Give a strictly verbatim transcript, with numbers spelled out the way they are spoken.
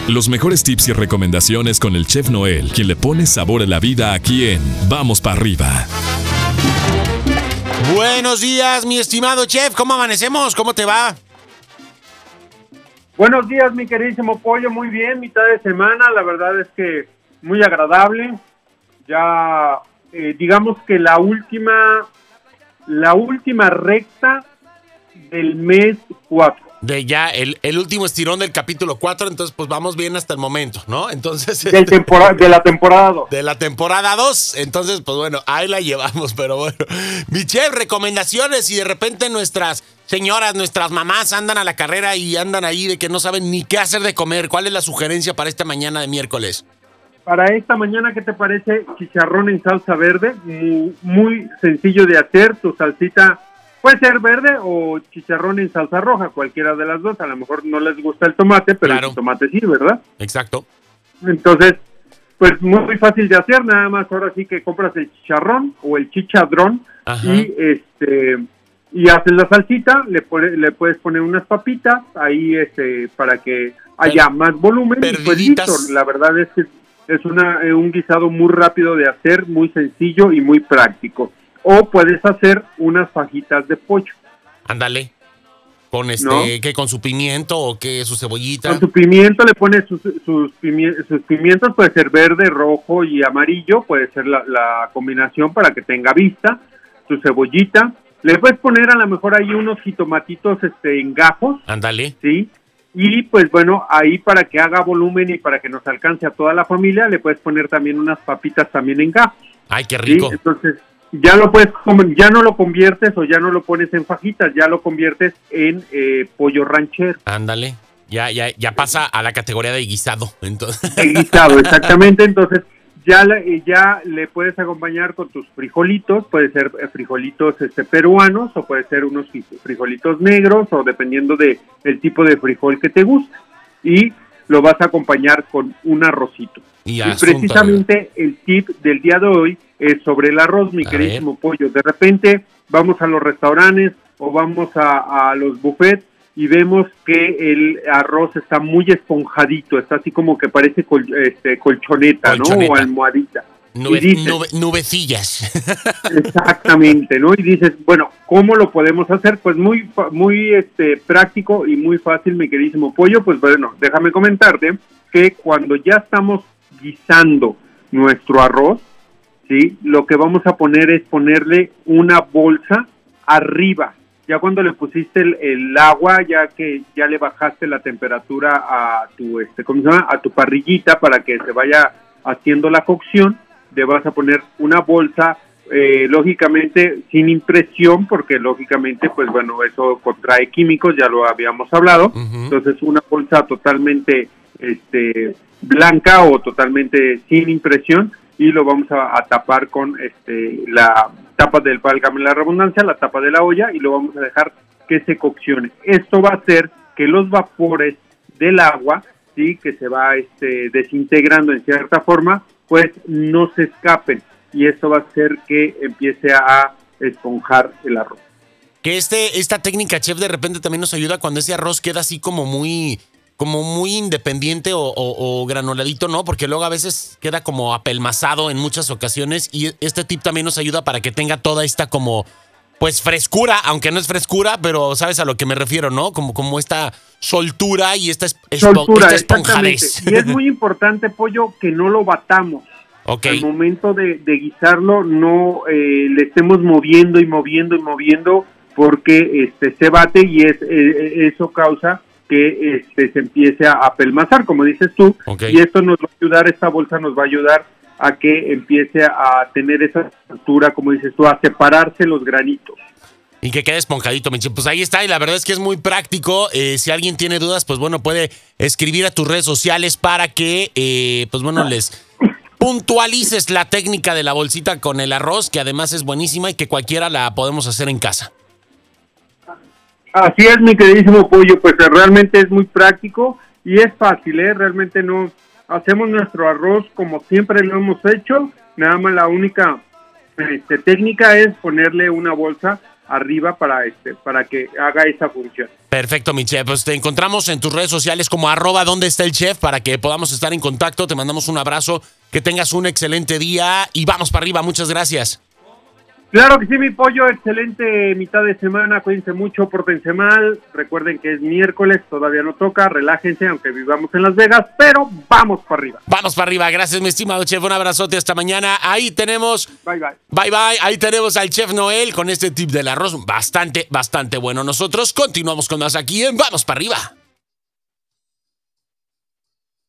Los mejores tips y recomendaciones con el Chef Noel, quien le pone sabor a la vida aquí en Vamos para Arriba. Buenos días, mi estimado chef. ¿Cómo amanecemos? ¿Cómo te va? Buenos días, mi queridísimo Pollo. Muy bien, mitad de semana. La verdad es que muy agradable. Ya, eh, digamos que la última, la última recta del mes cuatro. De ya el, el último estirón del capítulo cuatro, entonces pues vamos bien hasta el momento, ¿no? Entonces Del tempora- de la temporada dos. De la temporada dos, entonces pues bueno, ahí la llevamos, pero bueno. Mi chef, recomendaciones, y de repente nuestras señoras, nuestras mamás andan a la carrera y andan ahí de que no saben ni qué hacer de comer. ¿Cuál es la sugerencia para esta mañana de miércoles? Para esta mañana, ¿qué te parece? Chicharrón en salsa verde, muy, muy sencillo de hacer. Tu salsita puede ser verde o chicharrón en salsa roja, cualquiera de las dos. A lo mejor no les gusta el tomate, pero claro, el tomate sí, ¿verdad? Exacto. Entonces, pues muy fácil de hacer, nada más ahora sí que compras el chicharrón o el chichadrón. Ajá. y este y haces la salsita, le, pone, le puedes poner unas papitas ahí este para que haya más volumen. Y pues listo, la verdad es que es una un guisado muy rápido de hacer, muy sencillo y muy práctico. O puedes hacer unas fajitas de pollo. Ándale. ¿Con este, ¿no? ¿Qué? ¿Con su pimiento o qué? ¿Su cebollita? Con su pimiento le pones sus, sus, pimientos, sus pimientos, puede ser verde, rojo y amarillo, puede ser la, la combinación para que tenga vista. Su cebollita. Le puedes poner a lo mejor ahí unos jitomatitos este, en gajos. Ándale. Sí. Y pues bueno, ahí para que haga volumen y para que nos alcance a toda la familia, le puedes poner también unas papitas también en gajos. Ay, qué rico. ¿Sí? Entonces, ya lo puedes, ya no lo conviertes o ya no lo pones en fajitas, ya lo conviertes en eh, pollo ranchero. Ándale, ya, ya, ya pasa a la categoría de guisado. Entonces. De guisado, exactamente. Entonces, ya, ya le puedes acompañar con tus frijolitos, puede ser frijolitos este, peruanos o puede ser unos frijolitos negros o dependiendo de el tipo de frijol que te guste. Y lo vas a acompañar con un arrocito. Y, y precisamente el tip del día de hoy es sobre el arroz, mi a queridísimo ver. Pollo. De repente vamos a los restaurantes o vamos a, a los buffets y vemos que el arroz está muy esponjadito, está así como que parece col, este, colchoneta, colchoneta, ¿no? O almohadita. Nube, dices, nube, nubecillas. Exactamente, ¿no? Y dices, bueno, ¿cómo lo podemos hacer? Pues muy muy este práctico y muy fácil, mi queridísimo Pollo. Pues bueno, déjame comentarte que cuando ya estamos guisando nuestro arroz, ¿sí? Lo que vamos a poner es ponerle una bolsa arriba. Ya cuando le pusiste el, el agua, ya que ya le bajaste la temperatura a tu este, ¿cómo se llama? A tu parrillita para que se vaya haciendo la cocción, le vas a poner una bolsa, eh, lógicamente sin impresión, porque lógicamente, pues bueno, eso contrae químicos, ya lo habíamos hablado. Uh-huh. Entonces, una bolsa totalmente este blanca o totalmente sin impresión, y lo vamos a, a tapar con este la tapa del, válgame la redundancia, la tapa de la olla, y lo vamos a dejar que se coccione. Esto va a hacer que los vapores del agua, sí, que se va este desintegrando en cierta forma, pues no se escapen, y esto va a hacer que empiece a esponjar el arroz. Que este esta técnica, chef, de repente también nos ayuda cuando ese arroz queda así como muy como muy independiente o, o, o granuladito, ¿no? Porque luego a veces queda como apelmazado en muchas ocasiones, y este tip también nos ayuda para que tenga toda esta como, pues frescura, aunque no es frescura, pero sabes a lo que me refiero, ¿no? Como, como esta soltura y esta, espo, soltura, esta esponjadez. Y es muy importante, Pollo, que no lo batamos. Okay. Al momento de, de guisarlo, no eh, le estemos moviendo y moviendo y moviendo, porque este se bate y es eh, eso causa que este se empiece a apelmazar, como dices tú, okay. Y esto nos va a ayudar, esta bolsa nos va a ayudar a que empiece a tener esa estructura, como dices tú, a separarse los granitos. Y que quede esponjadito, Menche. Pues ahí está, y la verdad es que es muy práctico. Eh, si alguien tiene dudas, pues bueno, puede escribir a tus redes sociales para que, eh, pues bueno, les puntualices la técnica de la bolsita con el arroz, que además es buenísima y que cualquiera la podemos hacer en casa. Así es, mi queridísimo Pollo, pues realmente es muy práctico y es fácil, ¿eh? Realmente no hacemos nuestro arroz como siempre lo hemos hecho, nada más la única este, técnica es ponerle una bolsa arriba para este para que haga esa función. Perfecto, mi chef. Pues te encontramos en tus redes sociales como arroba donde está el chef para que podamos estar en contacto. Te mandamos un abrazo, que tengas un excelente día y vamos para arriba. Muchas gracias. Claro que sí, mi pollo, excelente mitad de semana, cuídense mucho, pórtense mal, recuerden que es miércoles, todavía no toca, relájense, aunque vivamos en Las Vegas, pero vamos para arriba. Vamos para arriba, gracias mi estimado chef, un abrazote hasta mañana. Ahí tenemos, bye bye, bye bye, ahí tenemos al chef Noel con este tip del arroz, bastante, bastante bueno. Nosotros continuamos con más aquí en Vamos para arriba.